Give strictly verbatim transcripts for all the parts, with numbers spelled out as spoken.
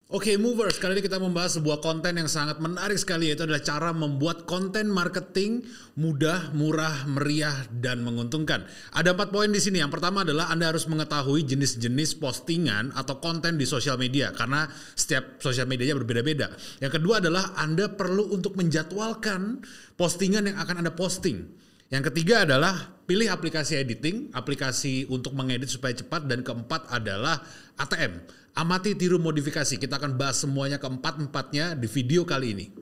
Oke, movers, kali ini kita membahas sebuah konten yang sangat menarik sekali, yaitu adalah cara membuat konten marketing mudah, murah, meriah, dan menguntungkan. Ada empat poin di sini. Yang pertama adalah Anda harus mengetahui jenis-jenis postingan atau konten di sosial media, karena setiap sosial medianya berbeda-beda. Yang kedua adalah Anda perlu untuk menjadwalkan postingan yang akan Anda posting. Yang ketiga adalah pilih aplikasi editing, aplikasi untuk mengedit supaya cepat. Dan keempat adalah A T M. Amati, tiru, modifikasi. Kita akan bahas semuanya keempat-empatnya di video kali ini.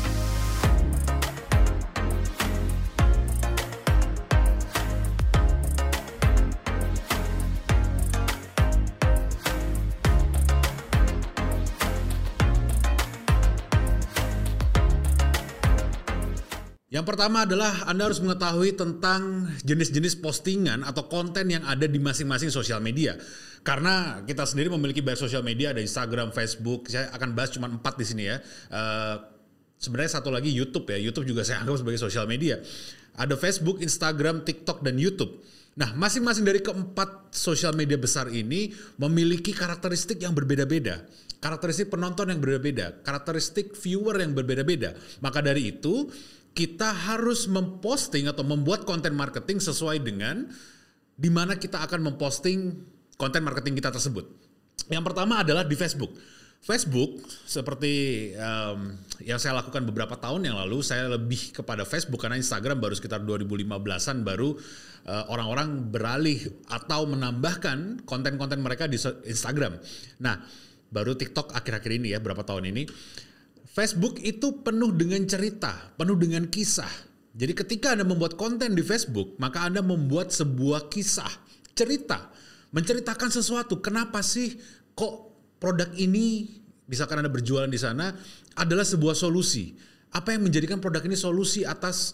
Yang pertama adalah Anda harus mengetahui tentang jenis-jenis postingan atau konten yang ada di masing-masing sosial media. Karena kita sendiri memiliki banyak sosial media, ada Instagram, Facebook. Saya akan bahas cuma empat di sini ya. Uh, sebenarnya satu lagi YouTube ya. YouTube juga saya anggap sebagai sosial media. Ada Facebook, Instagram, TikTok, dan YouTube. Nah, masing-masing dari keempat sosial media besar ini memiliki karakteristik yang berbeda-beda. Karakteristik penonton yang berbeda-beda. Karakteristik viewer yang berbeda-beda. Maka dari itu, kita harus memposting atau membuat konten marketing sesuai dengan di mana kita akan memposting konten marketing kita tersebut. Yang pertama adalah di Facebook. Facebook seperti um, yang saya lakukan beberapa tahun yang lalu, saya lebih kepada Facebook karena Instagram baru sekitar dua ribu lima belasan baru uh, orang-orang beralih atau menambahkan konten-konten mereka di Instagram. Nah, baru TikTok akhir-akhir ini ya, berapa tahun ini. Facebook itu penuh dengan cerita, penuh dengan kisah. Jadi ketika Anda membuat konten di Facebook, maka Anda membuat sebuah kisah, cerita, menceritakan sesuatu. Kenapa sih kok produk ini, misalkan Anda berjualan di sana, adalah sebuah solusi. Apa yang menjadikan produk ini solusi atas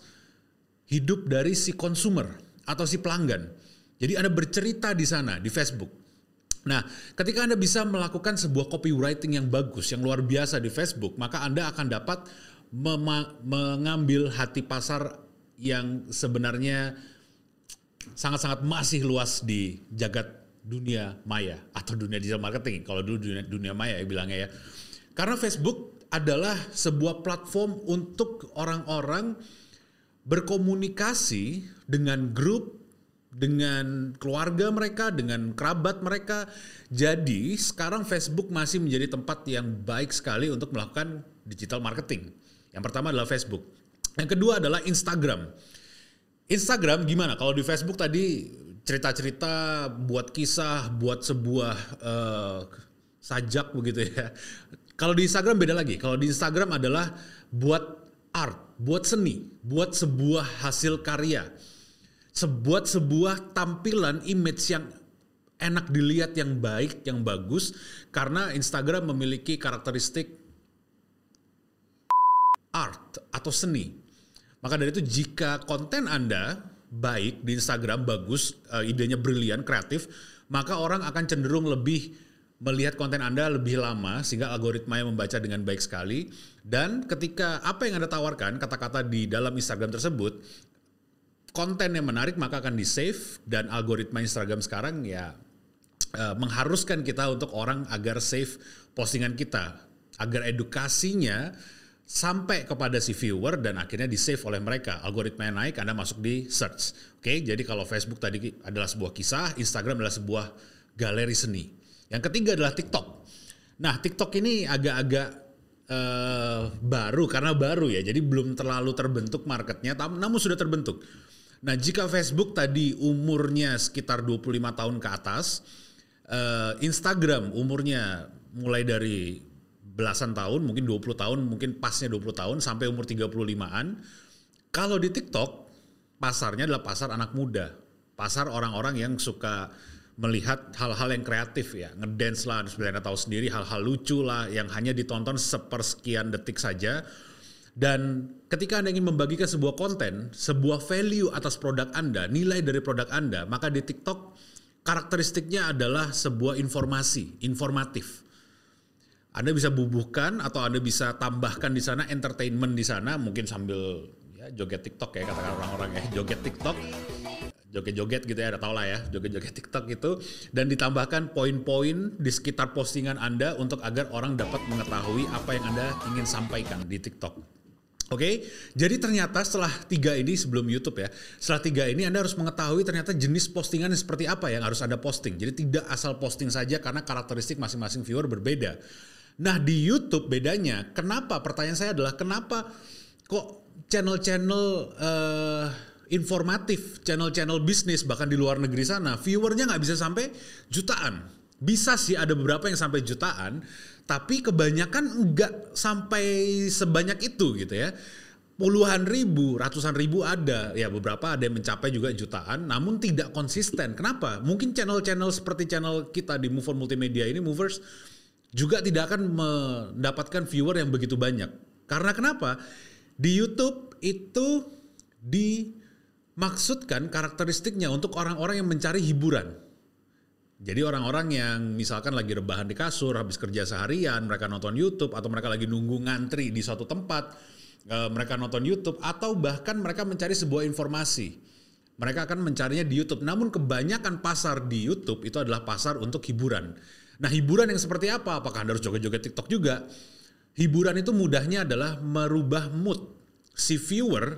hidup dari si konsumer atau si pelanggan. Jadi Anda bercerita di sana, di Facebook. Nah, ketika Anda bisa melakukan sebuah copywriting yang bagus, yang luar biasa di Facebook, maka Anda akan dapat mema- mengambil hati pasar yang sebenarnya sangat-sangat masih luas di jagat dunia maya atau dunia digital marketing. Kalau dulu dunia, dunia maya ya bilangnya ya. Karena Facebook adalah sebuah platform untuk orang-orang berkomunikasi dengan grup, dengan keluarga mereka, dengan kerabat mereka. Jadi sekarang Facebook masih menjadi tempat yang baik sekali untuk melakukan digital marketing. Yang pertama adalah Facebook. Yang kedua adalah Instagram. Instagram gimana? Kalau di Facebook tadi cerita-cerita, buat kisah, buat sebuah uh, sajak begitu ya. Kalau di Instagram beda lagi. Kalau di Instagram adalah buat art, buat seni, buat sebuah hasil karya. Sebuat sebuah tampilan image yang enak dilihat, yang baik, yang bagus, karena Instagram memiliki karakteristik art atau seni. Maka dari itu jika konten Anda baik di Instagram, bagus, idenya brilian, kreatif, maka orang akan cenderung lebih melihat konten Anda lebih lama sehingga algoritmanya membaca dengan baik sekali. Dan ketika apa yang Anda tawarkan, kata-kata di dalam Instagram tersebut, konten yang menarik, maka akan di-save. Dan algoritma Instagram sekarang ya uh, mengharuskan kita untuk orang agar save postingan kita, agar edukasinya sampai kepada si viewer dan akhirnya di-save oleh mereka. Algoritma yang naik, Anda masuk di search. Oke, jadi kalau Facebook tadi adalah sebuah kisah, Instagram adalah sebuah galeri seni. Yang ketiga adalah TikTok. Nah, TikTok ini agak-agak uh, baru, karena baru ya, jadi belum terlalu terbentuk marketnya, namun sudah terbentuk. Nah, jika Facebook tadi umurnya sekitar dua puluh lima tahun ke atas, uh, Instagram umurnya mulai dari belasan tahun, mungkin dua puluh tahun, mungkin pasnya dua puluh tahun, sampai umur tiga puluh limaan. Kalau di TikTok, pasarnya adalah pasar anak muda. Pasar orang-orang yang suka melihat hal-hal yang kreatif ya. Ngedance lah, seperti Anda tahu sendiri, hal-hal lucu lah, yang hanya ditonton sepersekian detik saja. Dan ketika Anda ingin membagikan sebuah konten, sebuah value atas produk Anda, nilai dari produk Anda, maka di TikTok karakteristiknya adalah sebuah informasi, informatif. Anda bisa bubuhkan atau Anda bisa tambahkan di sana entertainment di sana, mungkin sambil ya joget TikTok ya, katakan orang-orang ya, joget TikTok. joget-joget gitu ya, ada tau lah ya, joget-joget TikTok itu, dan ditambahkan poin-poin di sekitar postingan Anda untuk agar orang dapat mengetahui apa yang Anda ingin sampaikan di TikTok. Oke, okay? Jadi ternyata setelah tiga ini sebelum YouTube ya, setelah tiga ini Anda harus mengetahui ternyata jenis postingan seperti apa yang harus Anda posting. Jadi tidak asal posting saja karena karakteristik masing-masing viewer berbeda. Nah di YouTube bedanya, kenapa? Pertanyaan saya adalah kenapa kok channel-channel uh, informatif, channel-channel bisnis bahkan di luar negeri sana, viewernya nggak bisa sampai jutaan. Bisa sih ada beberapa yang sampai jutaan, tapi kebanyakan enggak sampai sebanyak itu gitu ya. Puluhan ribu, ratusan ribu ada, ya beberapa ada yang mencapai juga jutaan, namun tidak konsisten. Kenapa? Mungkin channel-channel seperti channel kita di Move On Multimedia ini, Movers, juga tidak akan mendapatkan viewer yang begitu banyak. Karena kenapa? Di YouTube itu dimaksudkan karakteristiknya untuk orang-orang yang mencari hiburan. Jadi orang-orang yang misalkan lagi rebahan di kasur, habis kerja seharian, mereka nonton YouTube, atau mereka lagi nunggu ngantri di suatu tempat, e, mereka nonton YouTube, atau bahkan mereka mencari sebuah informasi. Mereka akan mencarinya di YouTube. Namun kebanyakan pasar di YouTube itu adalah pasar untuk hiburan. Nah hiburan yang seperti apa? Apakah Anda harus joget-joget TikTok juga? Hiburan itu mudahnya adalah merubah mood si viewer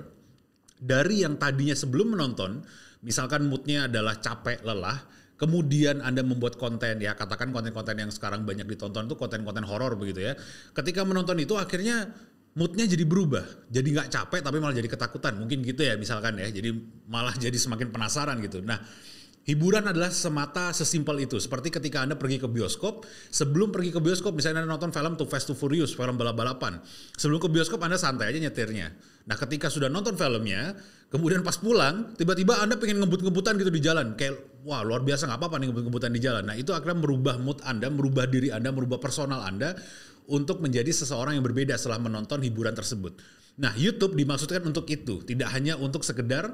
dari yang tadinya sebelum menonton, misalkan moodnya adalah capek, lelah, kemudian Anda membuat konten, ya katakan konten-konten yang sekarang banyak ditonton itu konten-konten horor begitu ya. Ketika menonton itu akhirnya moodnya jadi berubah, jadi nggak capek tapi malah jadi ketakutan, mungkin gitu ya misalkan ya. Jadi malah jadi semakin penasaran gitu. Nah hiburan adalah semata sesimpel itu. Seperti ketika Anda pergi ke bioskop, sebelum pergi ke bioskop misalnya Anda nonton film Too Fast Too Furious, film balap-balapan. Sebelum ke bioskop Anda santai aja nyetirnya. Nah ketika sudah nonton filmnya, kemudian pas pulang, tiba-tiba Anda pengen ngebut-ngebutan gitu di jalan. Kayak, wah luar biasa, gak apa-apa nih ngebut-ngebutan di jalan. Nah itu akhirnya merubah mood Anda, merubah diri Anda, merubah personal Anda untuk menjadi seseorang yang berbeda setelah menonton hiburan tersebut. Nah YouTube dimaksudkan untuk itu, tidak hanya untuk sekedar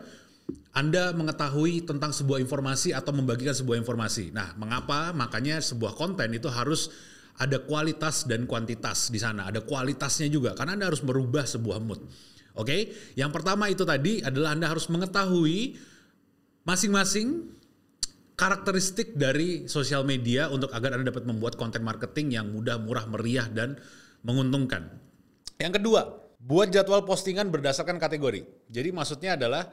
Anda mengetahui tentang sebuah informasi atau membagikan sebuah informasi. Nah mengapa? Makanya sebuah konten itu harus ada kualitas dan kuantitas di sana. Ada kualitasnya juga, karena Anda harus merubah sebuah mood. Oke, okay? Yang pertama itu tadi adalah Anda harus mengetahui masing-masing karakteristik dari sosial media untuk agar Anda dapat membuat konten marketing yang mudah, murah, meriah, dan menguntungkan. Yang kedua, buat jadwal postingan berdasarkan kategori. Jadi maksudnya adalah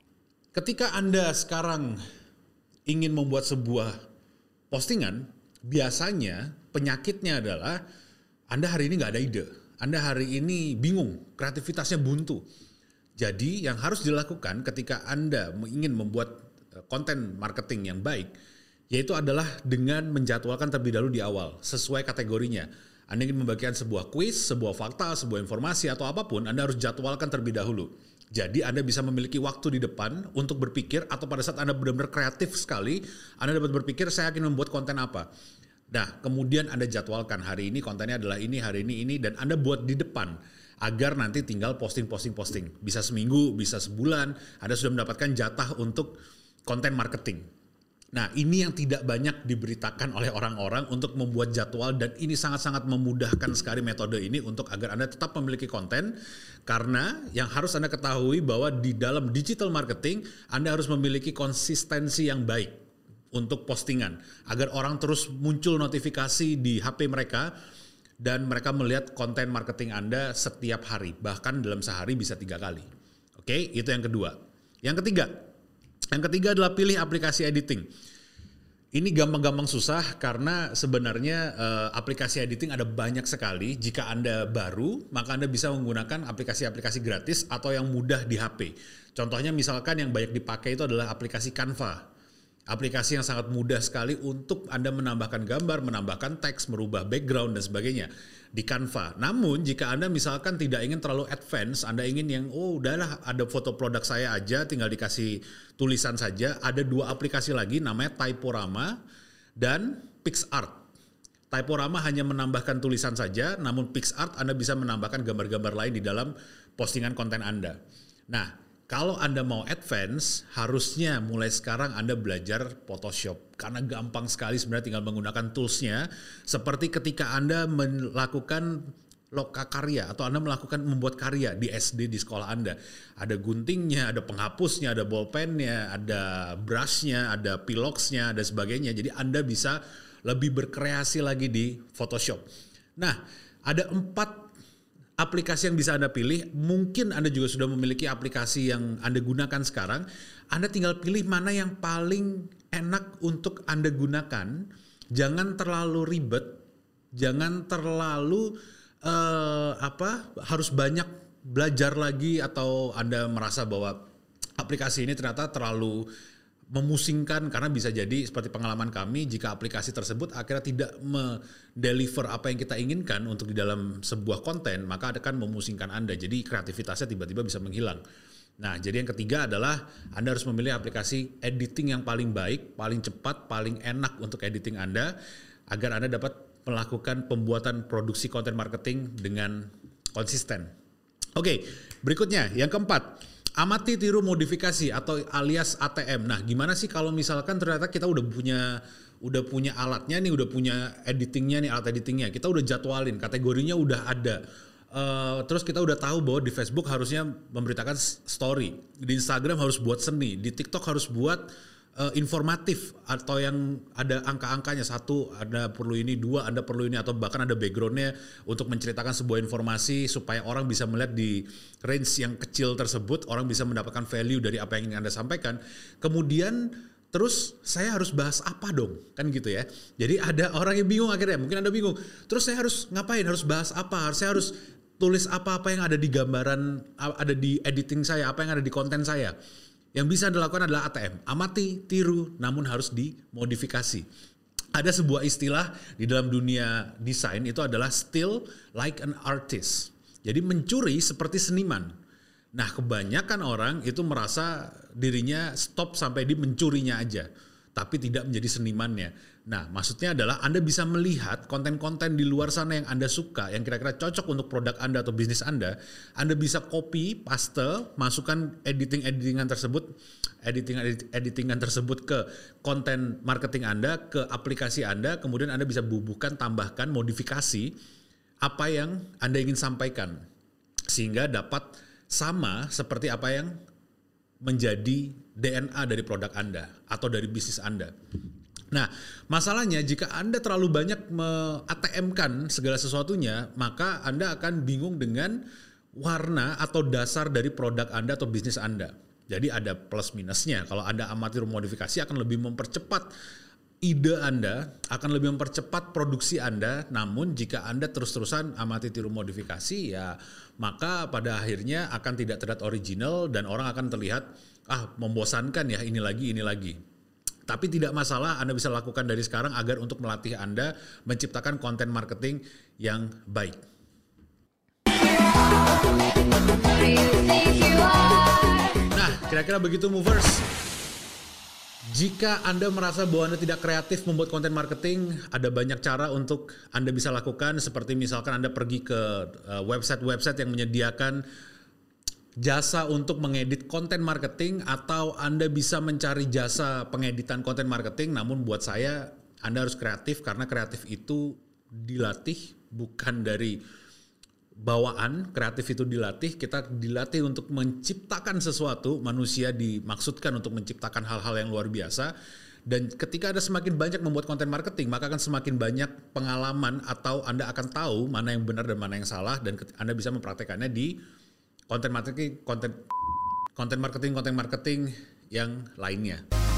ketika Anda sekarang ingin membuat sebuah postingan, biasanya penyakitnya adalah Anda hari ini nggak ada ide. Anda hari ini bingung, kreativitasnya buntu. Jadi yang harus dilakukan ketika Anda ingin membuat konten marketing yang baik, yaitu adalah dengan menjadwalkan terlebih dahulu di awal, sesuai kategorinya. Anda ingin membagikan sebuah kuis, sebuah fakta, sebuah informasi, atau apapun, Anda harus jadwalkan terlebih dahulu. Jadi Anda bisa memiliki waktu di depan untuk berpikir, atau pada saat Anda benar-benar kreatif sekali, Anda dapat berpikir, saya akan membuat konten apa. Nah, kemudian Anda jadwalkan hari ini kontennya adalah ini, hari ini ini, dan Anda buat di depan agar nanti tinggal posting-posting-posting. Bisa seminggu, bisa sebulan, Anda sudah mendapatkan jatah untuk konten marketing. Nah, ini yang tidak banyak diberitakan oleh orang-orang untuk membuat jadwal, dan ini sangat-sangat memudahkan sekali metode ini untuk agar Anda tetap memiliki konten, karena yang harus Anda ketahui bahwa di dalam digital marketing Anda harus memiliki konsistensi yang baik untuk postingan, agar orang terus muncul notifikasi di H P mereka dan mereka melihat konten marketing Anda setiap hari, bahkan dalam sehari bisa tiga kali. Oke, itu yang kedua. Yang ketiga, yang ketiga adalah pilih aplikasi editing. Ini gampang-gampang susah karena sebenarnya eh, aplikasi editing ada banyak sekali. Jika Anda baru, maka Anda bisa menggunakan aplikasi-aplikasi gratis atau yang mudah di H P. Contohnya misalkan yang banyak dipakai itu adalah aplikasi Canva. Aplikasi yang sangat mudah sekali untuk Anda menambahkan gambar, menambahkan teks, merubah background, dan sebagainya di Canva. Namun jika Anda misalkan tidak ingin terlalu advance, Anda ingin yang, oh udahlah ada foto produk saya aja, tinggal dikasih tulisan saja, ada dua aplikasi lagi namanya Typorama dan PixArt. Typorama hanya menambahkan tulisan saja, namun PixArt Anda bisa menambahkan gambar-gambar lain di dalam postingan konten Anda. Nah, kalau Anda mau advance, harusnya mulai sekarang Anda belajar Photoshop. Karena gampang sekali sebenarnya tinggal menggunakan toolsnya. Seperti ketika Anda melakukan lokakarya atau Anda melakukan membuat karya di S D di sekolah Anda. Ada guntingnya, ada penghapusnya, ada bolpennya, ada brushnya, ada piloxnya, ada sebagainya. Jadi Anda bisa lebih berkreasi lagi di Photoshop. Nah, ada empat aplikasi yang bisa Anda pilih. Mungkin Anda juga sudah memiliki aplikasi yang Anda gunakan sekarang. Anda tinggal pilih mana yang paling enak untuk Anda gunakan. Jangan terlalu ribet, jangan terlalu uh, apa harus banyak belajar lagi atau Anda merasa bahwa aplikasi ini ternyata terlalu memusingkan, karena bisa jadi seperti pengalaman kami, jika aplikasi tersebut akhirnya tidak mendeliver apa yang kita inginkan untuk di dalam sebuah konten, maka akan memusingkan Anda. Jadi kreativitasnya tiba-tiba bisa menghilang. Nah, jadi yang ketiga adalah Anda harus memilih aplikasi editing yang paling baik, paling cepat, paling enak untuk editing Anda, agar Anda dapat melakukan pembuatan produksi konten marketing dengan konsisten. Oke, berikutnya yang keempat, amati tiru modifikasi atau alias A T M. Nah, gimana sih kalau misalkan ternyata kita udah punya udah punya alatnya nih, udah punya editingnya nih, alat editingnya, kita udah jadwalin, kategorinya udah ada. Uh, terus kita udah tahu bahwa di Facebook harusnya memberitakan story, di Instagram harus buat seni, di TikTok harus buat uh, informatif atau yang ada angka-angkanya, satu ada perlu ini, dua ada perlu ini, atau bahkan ada backgroundnya untuk menceritakan sebuah informasi supaya orang bisa melihat di range yang kecil tersebut, orang bisa mendapatkan value dari apa yang ingin Anda sampaikan. Kemudian terus saya harus bahas apa dong, kan gitu ya. Jadi ada orang yang bingung akhirnya, mungkin Anda bingung. Terus saya harus ngapain? Harus bahas apa? Saya harus tulis apa-apa yang ada di gambaran, ada di editing saya, apa yang ada di konten saya. Yang bisa dilakukan adalah A T M, amati, tiru, namun harus dimodifikasi. Ada sebuah istilah di dalam dunia desain, itu adalah steal like an artist. Jadi mencuri seperti seniman. Nah, kebanyakan orang itu merasa dirinya stop sampai di mencurinya aja, tapi tidak menjadi senimannya. Nah, maksudnya adalah Anda bisa melihat konten-konten di luar sana yang Anda suka, yang kira-kira cocok untuk produk Anda atau bisnis Anda. Anda bisa copy, paste, masukkan editing-editingan tersebut, editing-editingan tersebut ke konten marketing Anda, ke aplikasi Anda, kemudian Anda bisa bubuhkan, tambahkan, modifikasi apa yang Anda ingin sampaikan, sehingga dapat sama seperti apa yang menjadi D N A dari produk Anda atau dari bisnis Anda. Nah, masalahnya jika Anda terlalu banyak me-A T M-kan segala sesuatunya, maka Anda akan bingung dengan warna atau dasar dari produk Anda atau bisnis Anda. Jadi ada plus minusnya. Kalau Anda amati modifikasi akan lebih mempercepat ide Anda, akan lebih mempercepat produksi Anda. Namun jika Anda terus-terusan amati tiru modifikasi, ya maka pada akhirnya akan tidak terlihat original dan orang akan terlihat ah membosankan ya, ini lagi ini lagi. Tapi tidak masalah, Anda bisa lakukan dari sekarang agar untuk melatih Anda menciptakan konten marketing yang baik. Nah, kira-kira begitu movers. Jika Anda merasa bahwa Anda tidak kreatif membuat konten marketing, ada banyak cara untuk Anda bisa lakukan, seperti misalkan Anda pergi ke website-website yang menyediakan jasa untuk mengedit konten marketing, atau Anda bisa mencari jasa pengeditan konten marketing. Namun buat saya, Anda harus kreatif, karena kreatif itu dilatih, bukan dari bawaan. Kreatif itu dilatih, kita dilatih untuk menciptakan sesuatu. Manusia dimaksudkan untuk menciptakan hal-hal yang luar biasa. Dan ketika Anda semakin banyak membuat konten marketing, maka akan semakin banyak pengalaman, atau Anda akan tahu mana yang benar dan mana yang salah, dan Anda bisa mempraktekannya di konten marketing, konten konten marketing, konten marketing yang lainnya.